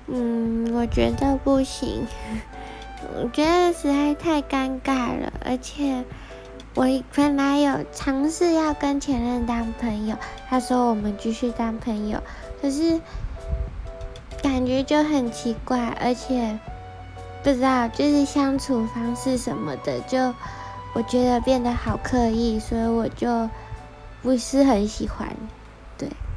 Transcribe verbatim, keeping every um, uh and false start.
嗯，我觉得不行，我觉得实在太尴尬了，而且我本来有尝试要跟前任当朋友，他说我们继续当朋友，可是感觉就很奇怪，而且不知道就是相处方式什么的，就我觉得变得好刻意，所以我就不是很喜欢，对。